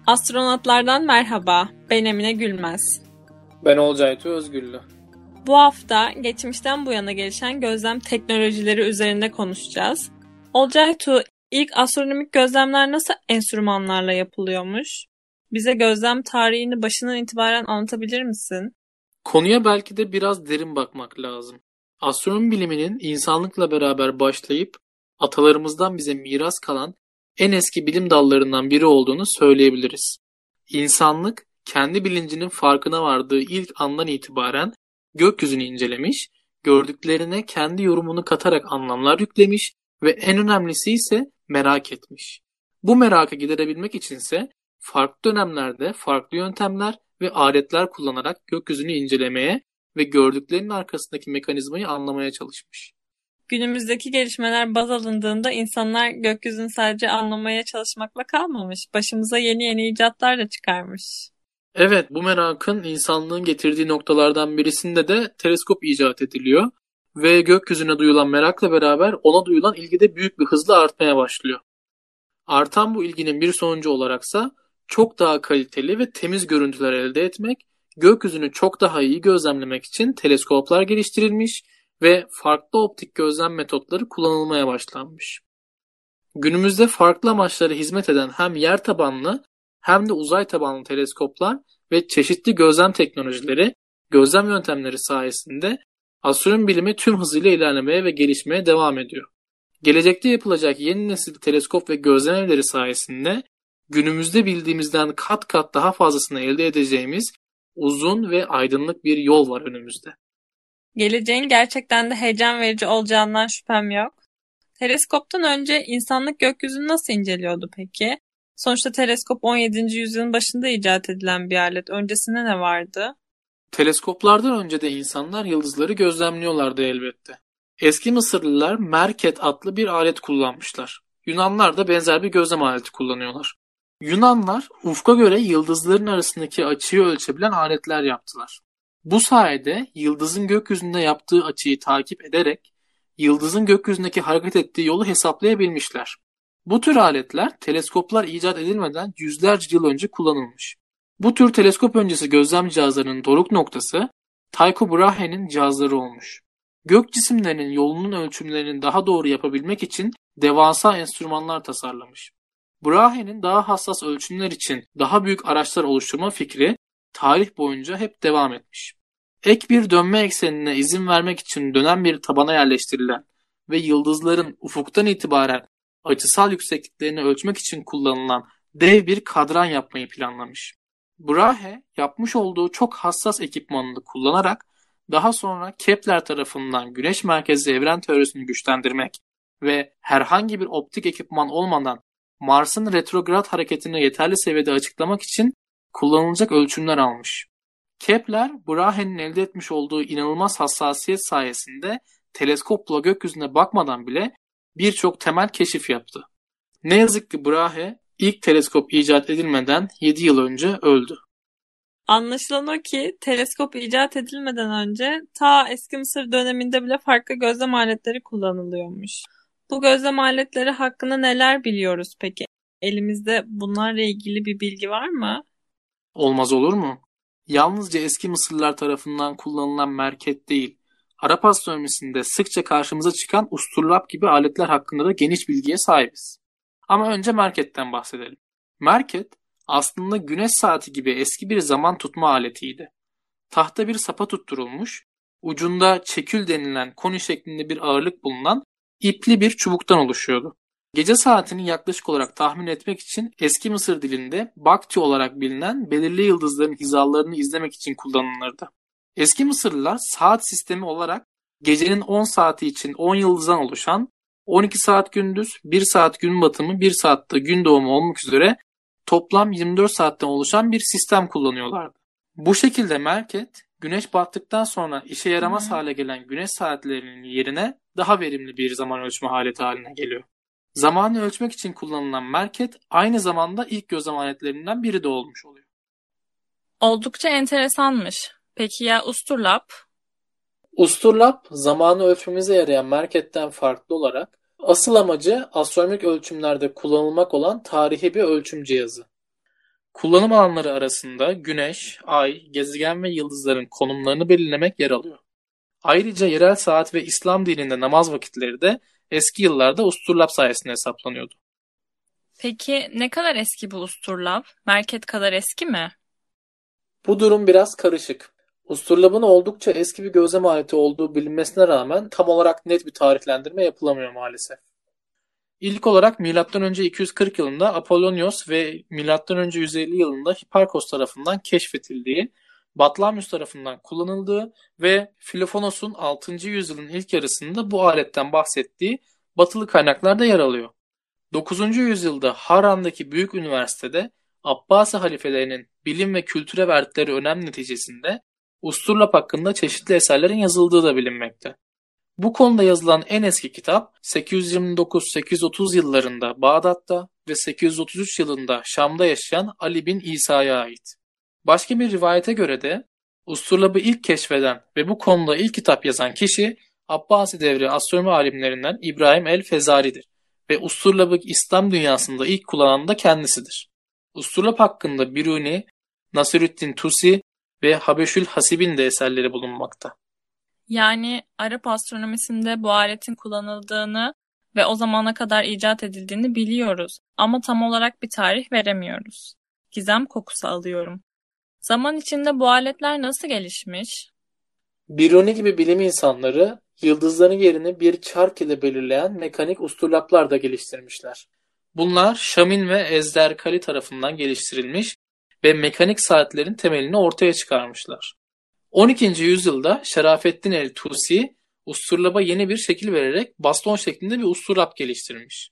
Astronotlardan merhaba, ben Emine Gülmez. Ben Olcaytu Özgüllü. Bu hafta geçmişten bu yana gelişen gözlem teknolojileri üzerinde konuşacağız. Olcaytu, ilk astronomik gözlemler nasıl enstrümanlarla yapılıyormuş? Bize gözlem tarihini başından itibaren anlatabilir misin? Konuya belki de biraz derin bakmak lazım. Astronomi biliminin insanlıkla beraber başlayıp atalarımızdan bize miras kalan en eski bilim dallarından biri olduğunu söyleyebiliriz. İnsanlık kendi bilincinin farkına vardığı ilk andan itibaren gökyüzünü incelemiş, gördüklerine kendi yorumunu katarak anlamlar yüklemiş ve en önemlisi ise merak etmiş. Bu merakı giderebilmek içinse farklı dönemlerde farklı yöntemler ve aletler kullanarak gökyüzünü incelemeye ve gördüklerinin arkasındaki mekanizmayı anlamaya çalışmış. Günümüzdeki gelişmeler baz alındığında insanlar gökyüzünü sadece anlamaya çalışmakla kalmamış, başımıza yeni icatlar da çıkarmış. Evet, bu merakın insanlığın getirdiği noktalardan birisinde de teleskop icat ediliyor ve gökyüzüne duyulan merakla beraber ona duyulan ilgi de büyük bir hızla artmaya başlıyor. Artan bu ilginin bir sonucu olaraksa çok daha kaliteli ve temiz görüntüler elde etmek, gökyüzünü çok daha iyi gözlemlemek için teleskoplar geliştirilmiş ve farklı optik gözlem metotları kullanılmaya başlanmış. Günümüzde farklı amaçlara hizmet eden hem yer tabanlı hem de uzay tabanlı teleskoplar ve çeşitli gözlem teknolojileri, gözlem yöntemleri sayesinde astronomi bilimi tüm hızıyla ilerlemeye ve gelişmeye devam ediyor. Gelecekte yapılacak yeni nesil teleskop ve gözlem evleri sayesinde günümüzde bildiğimizden kat kat daha fazlasını elde edeceğimiz uzun ve aydınlık bir yol var önümüzde. Geleceğin gerçekten de heyecan verici olacağından şüphem yok. Teleskoptan önce insanlık gökyüzünü nasıl inceliyordu peki? Sonuçta teleskop 17. yüzyılın başında icat edilen bir alet. Öncesinde ne vardı? Teleskoplardan önce de insanlar yıldızları gözlemliyorlardı elbette. Eski Mısırlılar Merket adlı bir alet kullanmışlar. Yunanlar da benzer bir gözlem aleti kullanıyorlar. Yunanlar ufka göre yıldızların arasındaki açıyı ölçebilen aletler yaptılar. Bu sayede yıldızın gökyüzünde yaptığı açıyı takip ederek yıldızın gökyüzündeki hareket ettiği yolu hesaplayabilmişler. Bu tür aletler teleskoplar icat edilmeden yüzlerce yıl önce kullanılmış. Bu tür teleskop öncesi gözlem cihazlarının doruk noktası Tycho Brahe'nin cihazları olmuş. Gök cisimlerinin yolunun ölçümlerini daha doğru yapabilmek için devasa enstrümanlar tasarlamış. Brahe'nin daha hassas ölçümler için daha büyük araçlar oluşturma fikri tarih boyunca hep devam etmiş. Ek bir dönme eksenine izin vermek için dönen bir tabana yerleştirilen ve yıldızların ufuktan itibaren açısal yüksekliklerini ölçmek için kullanılan dev bir kadran yapmayı planlamış. Brahe yapmış olduğu çok hassas ekipmanını kullanarak daha sonra Kepler tarafından güneş merkezli evren teorisini güçlendirmek ve herhangi bir optik ekipman olmadan Mars'ın retrograd hareketini yeterli seviyede açıklamak için kullanılacak ölçümler almış. Kepler, Brahe'nin elde etmiş olduğu inanılmaz hassasiyet sayesinde teleskopla gökyüzüne bakmadan bile birçok temel keşif yaptı. Ne yazık ki Brahe ilk teleskop icat edilmeden 7 yıl önce öldü. Anlaşılan o ki teleskop icat edilmeden önce ta eski Mısır döneminde bile farklı gözlem aletleri kullanılıyormuş. Bu gözlem aletleri hakkında neler biliyoruz peki? Elimizde bunlarla ilgili bir bilgi var mı? Olmaz olur mu? Yalnızca eski Mısırlılar tarafından kullanılan merket değil, Arap astronomisinde sıkça karşımıza çıkan usturlap gibi aletler hakkında da geniş bilgiye sahibiz. Ama önce merketten bahsedelim. Merket aslında güneş saati gibi eski bir zaman tutma aletiydi. Tahta bir sapa tutturulmuş, ucunda çekül denilen koni şeklinde bir ağırlık bulunan ipli bir çubuktan oluşuyordu. Gece saatini yaklaşık olarak tahmin etmek için eski Mısır dilinde Bakti olarak bilinen belirli yıldızların hizalarını izlemek için kullanılırdı. Eski Mısırlılar saat sistemi olarak gecenin 10 saati için 10 yıldızdan oluşan 12 saat gündüz, 1 saat gün batımı, 1 saatte gün doğumu olmak üzere toplam 24 saatten oluşan bir sistem kullanıyorlardı. Bu şekilde merket güneş battıktan sonra işe yaramaz hale gelen güneş saatlerinin yerine daha verimli bir zaman ölçme aleti haline geliyor. Zamanı ölçmek için kullanılan merket aynı zamanda ilk gözlem aletlerinden biri de olmuş oluyor. Oldukça enteresanmış. Peki ya usturlap? Usturlap zamanı ölçmemize yarayan merketten farklı olarak asıl amacı astronomik ölçümlerde kullanılmak olan tarihi bir ölçüm cihazı. Kullanım alanları arasında Güneş, Ay, gezegen ve yıldızların konumlarını belirlemek yer alıyor. Ayrıca yerel saat ve İslam dininde namaz vakitleri de eski yıllarda usturlap sayesinde hesaplanıyordu. Peki ne kadar eski bu usturlap? Merket kadar eski mi? Bu durum biraz karışık. Usturlabın oldukça eski bir gözlem aleti olduğu bilinmesine rağmen tam olarak net bir tarihlendirme yapılamıyor maalesef. İlk olarak M.Ö. 240 yılında Apollonios ve M.Ö. 150 yılında Hiparkos tarafından keşfedildiği, Batlamyus tarafından kullanıldığı ve Philoponos'un 6. yüzyılın ilk yarısında bu aletten bahsettiği batılı kaynaklarda yer alıyor. 9. yüzyılda Harran'daki büyük üniversitede Abbasi halifelerinin bilim ve kültüre verdikleri önem neticesinde usturlap hakkında çeşitli eserlerin yazıldığı da bilinmekte. Bu konuda yazılan en eski kitap 829-830 yıllarında Bağdat'ta ve 833 yılında Şam'da yaşayan Ali bin İsa'ya ait. Başka bir rivayete göre de usturlabı ilk keşfeden ve bu konuda ilk kitap yazan kişi Abbasi devri astronomi alimlerinden İbrahim el-Fezari'dir ve usturlabı İslam dünyasında ilk kullanan da kendisidir. Usturlap hakkında Biruni, Nasirüddin Tusi ve Habeşül Hasib'in de eserleri bulunmakta. Yani Arap astronomisinde bu aletin kullanıldığını ve o zamana kadar icat edildiğini biliyoruz ama tam olarak bir tarih veremiyoruz. Gizem kokusu alıyorum. Zaman içinde bu aletler nasıl gelişmiş? Biruni gibi bilim insanları yıldızların yerini bir çark ile belirleyen mekanik usturlaplar da geliştirmişler. Bunlar Şamin ve Ezderkali tarafından geliştirilmiş ve mekanik saatlerin temelini ortaya çıkarmışlar. 12. yüzyılda Şerafettin el-Tusi usturlaba yeni bir şekil vererek baston şeklinde bir usturlap geliştirmiş.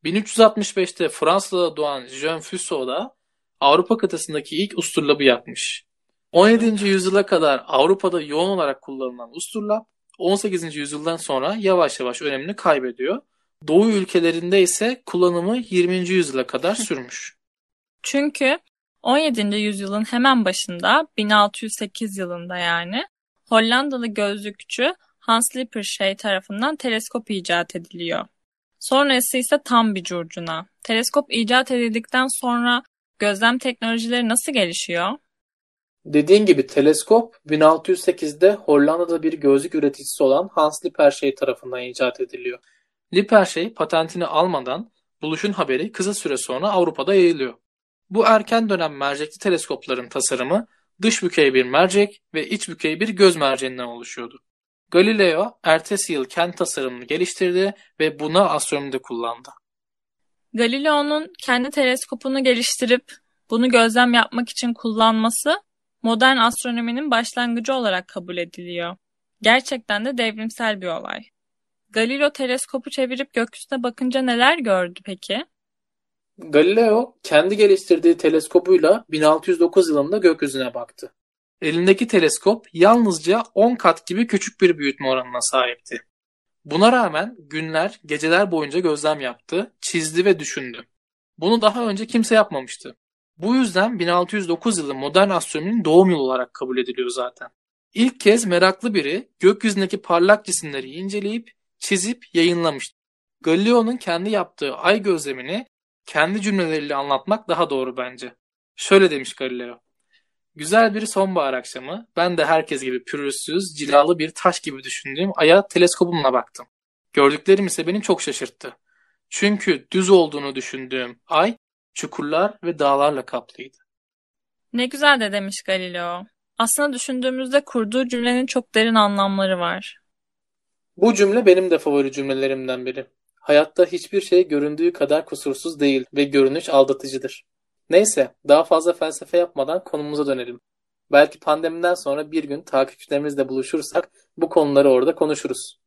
1365'te Fransa'da doğan Jean Fussot da Avrupa kıtasındaki ilk usturlabı yapmış. 17. yüzyıla kadar Avrupa'da yoğun olarak kullanılan usturlap 18. yüzyıldan sonra yavaş yavaş önemini kaybediyor. Doğu ülkelerinde ise kullanımı 20. yüzyıla kadar sürmüş. Çünkü 17. yüzyılın hemen başında 1608 yılında yani Hollandalı gözlükçü Hans Lippershey tarafından teleskop icat ediliyor. Sonrası ise tam bir curcuna. Teleskop icat edildikten sonra gözlem teknolojileri nasıl gelişiyor? Dediğin gibi teleskop 1608'de Hollanda'da bir gözlük üreticisi olan Hans Lippershey tarafından icat ediliyor. Lippershey patentini almadan buluşun haberi kısa süre sonra Avrupa'da yayılıyor. Bu erken dönem mercekli teleskopların tasarımı dış bükey bir mercek ve iç bükey bir göz merceğinden oluşuyordu. Galileo ertesi yıl kendi tasarımını geliştirdi ve buna astronomide kullandı. Galileo'nun kendi teleskopunu geliştirip bunu gözlem yapmak için kullanması modern astronominin başlangıcı olarak kabul ediliyor. Gerçekten de devrimsel bir olay. Galileo teleskopu çevirip gökyüzüne bakınca neler gördü peki? Galileo kendi geliştirdiği teleskopuyla 1609 yılında gökyüzüne baktı. Elindeki teleskop yalnızca 10 kat gibi küçük bir büyütme oranına sahipti. Buna rağmen günler, geceler boyunca gözlem yaptı, çizdi ve düşündü. Bunu daha önce kimse yapmamıştı. Bu yüzden 1609 yılı modern astronominin doğum yılı olarak kabul ediliyor zaten. İlk kez meraklı biri gökyüzündeki parlak cisimleri inceleyip, çizip yayınlamıştı. Galileo'nun kendi yaptığı ay gözlemini kendi cümleleriyle anlatmak daha doğru bence. Şöyle demiş Galileo. Güzel bir sonbahar akşamı ben de herkes gibi pürüzsüz, cilalı bir taş gibi düşündüğüm aya teleskopumla baktım. Gördüklerim ise beni çok şaşırttı. Çünkü düz olduğunu düşündüğüm ay çukurlar ve dağlarla kaplıydı. Ne güzel de demiş Galileo. Aslında düşündüğümüzde kurduğu cümlenin çok derin anlamları var. Bu cümle benim de favori cümlelerimden biri. Hayatta hiçbir şey göründüğü kadar kusursuz değil ve görünüş aldatıcıdır. Neyse, daha fazla felsefe yapmadan konumuza dönelim. Belki pandemiden sonra bir gün takipçilerimizle buluşursak bu konuları orada konuşuruz.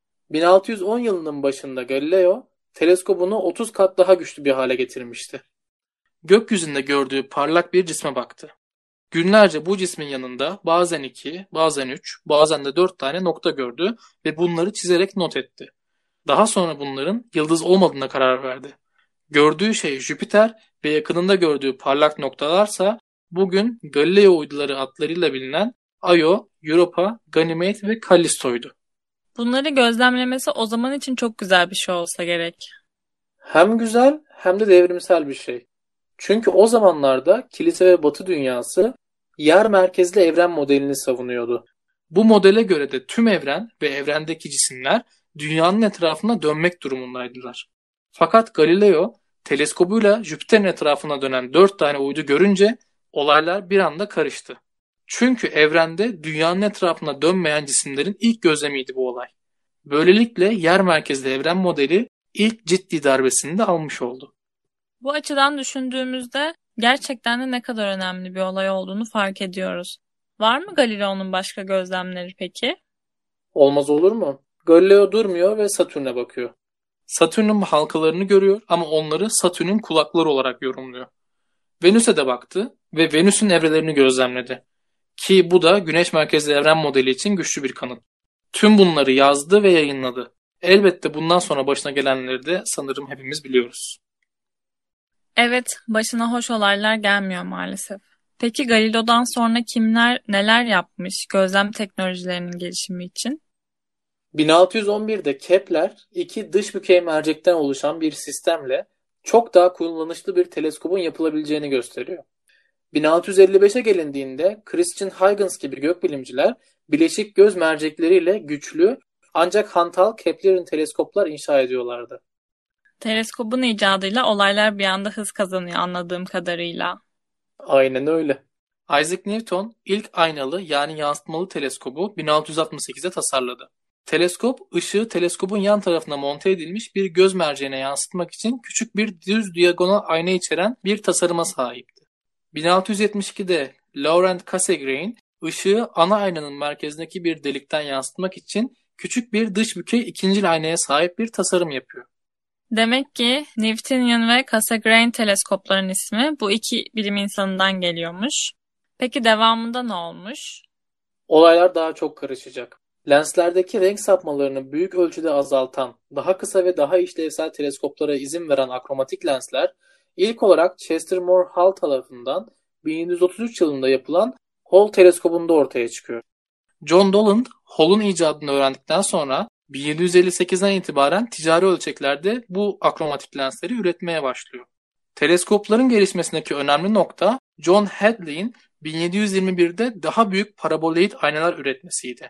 1610 yılının başında Galileo teleskopunu 30 kat daha güçlü bir hale getirmişti. Gökyüzünde gördüğü parlak bir cisme baktı. Günlerce bu cismin yanında bazen 2, bazen 3, bazen de 4 tane nokta gördü ve bunları çizerek not etti. Daha sonra bunların yıldız olmadığına karar verdi. Gördüğü şey Jüpiter ve yakınında gördüğü parlak noktalarsa bugün Galileo uyduları adlarıyla bilinen Io, Europa, Ganymede ve Kallisto'ydu. Bunları gözlemlemesi o zaman için çok güzel bir şey olsa gerek. Hem güzel hem de devrimsel bir şey. Çünkü o zamanlarda kilise ve Batı dünyası yer merkezli evren modelini savunuyordu. Bu modele göre de tüm evren ve evrendeki cisimler dünyanın etrafına dönmek durumundaydılar. Fakat Galileo teleskobuyla Jüpiter'in etrafına dönen 4 tane uydu görünce olaylar bir anda karıştı. Çünkü evrende dünyanın etrafına dönmeyen cisimlerin ilk gözlemiydi bu olay. Böylelikle yer merkezli evren modeli ilk ciddi darbesini de almış oldu. Bu açıdan düşündüğümüzde gerçekten de ne kadar önemli bir olay olduğunu fark ediyoruz. Var mı Galileo'nun başka gözlemleri peki? Olmaz olur mu? Galileo durmuyor ve Satürn'e bakıyor. Satürn'ün halkalarını görüyor ama onları Satürn'ün kulakları olarak yorumluyor. Venüs'e de baktı ve Venüs'ün evrelerini gözlemledi. Ki bu da Güneş merkezli evren modeli için güçlü bir kanıt. Tüm bunları yazdı ve yayınladı. Elbette bundan sonra başına gelenleri de sanırım hepimiz biliyoruz. Evet, başına hoş olaylar gelmiyor maalesef. Peki Galileo'dan sonra kimler neler yapmış gözlem teknolojilerinin gelişimi için? 1611'de Kepler iki dış bükey mercekten oluşan bir sistemle çok daha kullanışlı bir teleskobun yapılabileceğini gösteriyor. 1655'e gelindiğinde Christian Huygens gibi gökbilimciler bileşik göz mercekleriyle güçlü ancak hantal Kepler'in teleskoplar inşa ediyorlardı. Teleskobun icadıyla olaylar bir anda hız kazanıyor anladığım kadarıyla. Aynen öyle. Isaac Newton ilk aynalı yani yansıtmalı teleskobu 1668'de tasarladı. Teleskop, ışığı teleskobun yan tarafına monte edilmiş bir göz merceğine yansıtmak için küçük bir düz diagonal ayna içeren bir tasarıma sahipti. 1672'de Laurent Cassegrain, ışığı ana aynanın merkezindeki bir delikten yansıtmak için küçük bir dış bükey ikincil aynaya sahip bir tasarım yapıyor. Demek ki Newtonian ve Cassegrain teleskopların ismi bu iki bilim insanından geliyormuş. Peki devamında ne olmuş? Olaylar daha çok karışacak. Lenslerdeki renk sapmalarını büyük ölçüde azaltan, daha kısa ve daha işlevsel teleskoplara izin veren akromatik lensler ilk olarak Chester Moore Hall tarafından 1733 yılında yapılan Hall teleskobunda ortaya çıkıyor. John Doland, Hall'un icadını öğrendikten sonra 1758'den itibaren ticari ölçeklerde bu akromatik lensleri üretmeye başlıyor. Teleskopların gelişmesindeki önemli nokta John Hadley'in 1721'de daha büyük paraboid aynalar üretmesiydi.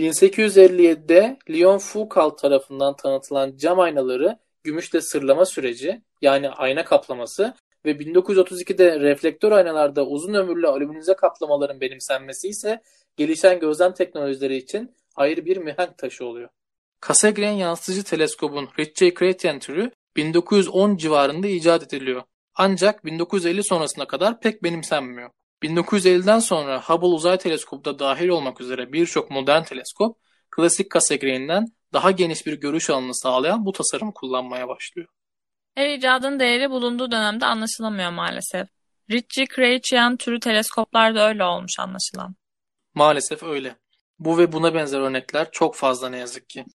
1857'de Leon Foucault tarafından tanıtılan cam aynaları gümüşle sırlama süreci yani ayna kaplaması ve 1932'de reflektör aynalarda uzun ömürlü alüminyum kaplamaların benimsenmesi ise gelişen gözlem teknolojileri için ayrı bir mihenk taşı oluyor. Cassegrain yansıtıcı teleskobun Ritchey Chrétien türü 1910 civarında icat ediliyor. Ancak 1950 sonrasına kadar pek benimsenmiyor. 1950'den sonra Hubble Uzay Teleskobu da dahil olmak üzere birçok modern teleskop klasik Cassegrain'den daha geniş bir görüş alanını sağlayan bu tasarımı kullanmaya başlıyor. Her icadın değeri bulunduğu dönemde anlaşılamıyor maalesef. Ritchey Chrétien türü teleskoplar da öyle olmuş anlaşılan. Maalesef öyle. Bu ve buna benzer örnekler çok fazla ne yazık ki.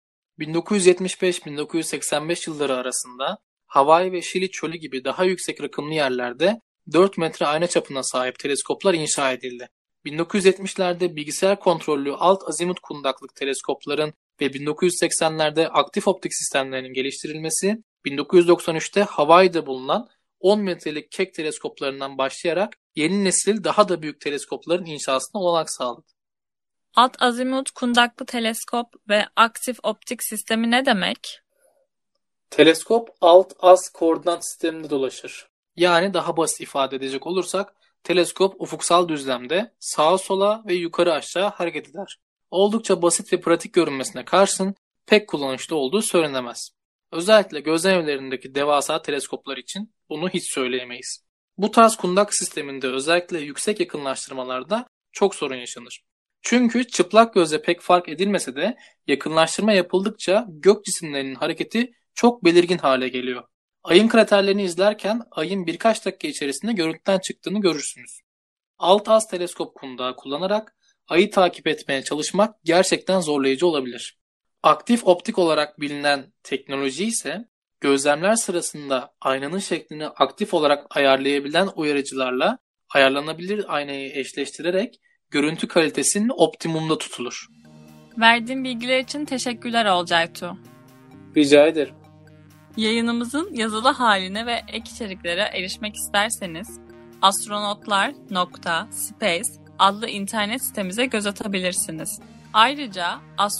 1975-1985 yılları arasında Hawaii ve Şili çölü gibi daha yüksek rakımlı yerlerde 4 metre ayna çapına sahip teleskoplar inşa edildi. 1970'lerde bilgisayar kontrollü alt azimut kundaklık teleskopların ve 1980'lerde aktif optik sistemlerinin geliştirilmesi, 1993'te Hawaii'de bulunan 10 metrelik Keck teleskoplarından başlayarak yeni nesil daha da büyük teleskopların inşasına olanak sağladı. Alt azimut kundaklı teleskop ve aktif optik sistemi ne demek? Teleskop alt az koordinat sisteminde dolaşır. Yani daha basit ifade edecek olursak teleskop ufuksal düzlemde sağa sola ve yukarı aşağı hareket eder. Oldukça basit ve pratik görünmesine karşın pek kullanışlı olduğu söylenemez. Özellikle gözlem evlerindeki devasa teleskoplar için bunu hiç söyleyemeyiz. Bu tarz kundak sisteminde özellikle yüksek yakınlaştırmalarda çok sorun yaşanır. Çünkü çıplak gözle pek fark edilmese de yakınlaştırma yapıldıkça gök cisimlerinin hareketi çok belirgin hale geliyor. Ayın kraterlerini izlerken ayın birkaç dakika içerisinde görüntüden çıktığını görürsünüz. Alt az teleskop kundağı kullanarak ayı takip etmeye çalışmak gerçekten zorlayıcı olabilir. Aktif optik olarak bilinen teknoloji ise gözlemler sırasında aynanın şeklini aktif olarak ayarlayabilen uyarıcılarla ayarlanabilir aynayı eşleştirerek görüntü kalitesinin optimumda tutulur. Verdiğin bilgiler için teşekkürler Olcay Tu. Rica ederim. Yayınımızın yazılı haline ve ek içeriklere erişmek isterseniz astronotlar.space adlı internet sitemize göz atabilirsiniz. Ayrıca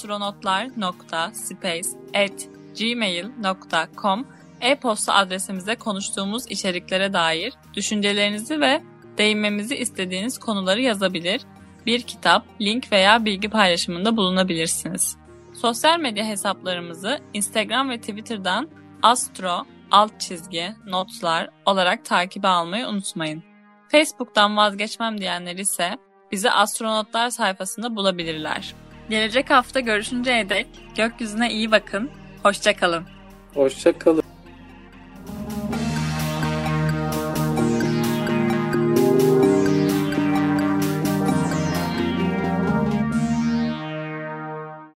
astronotlar.space@gmail.com e-posta adresimize konuştuğumuz içeriklere dair düşüncelerinizi ve değinmemizi istediğiniz konuları yazabilir, bir kitap, link veya bilgi paylaşımında bulunabilirsiniz. Sosyal medya hesaplarımızı Instagram ve Twitter'dan astro_notlar olarak takibe almayı unutmayın. Facebook'tan vazgeçmem diyenler ise bizi Astronotlar sayfasında bulabilirler. Gelecek hafta görüşünceye dek gökyüzüne iyi bakın, hoşça kalın. Hoşça kalın.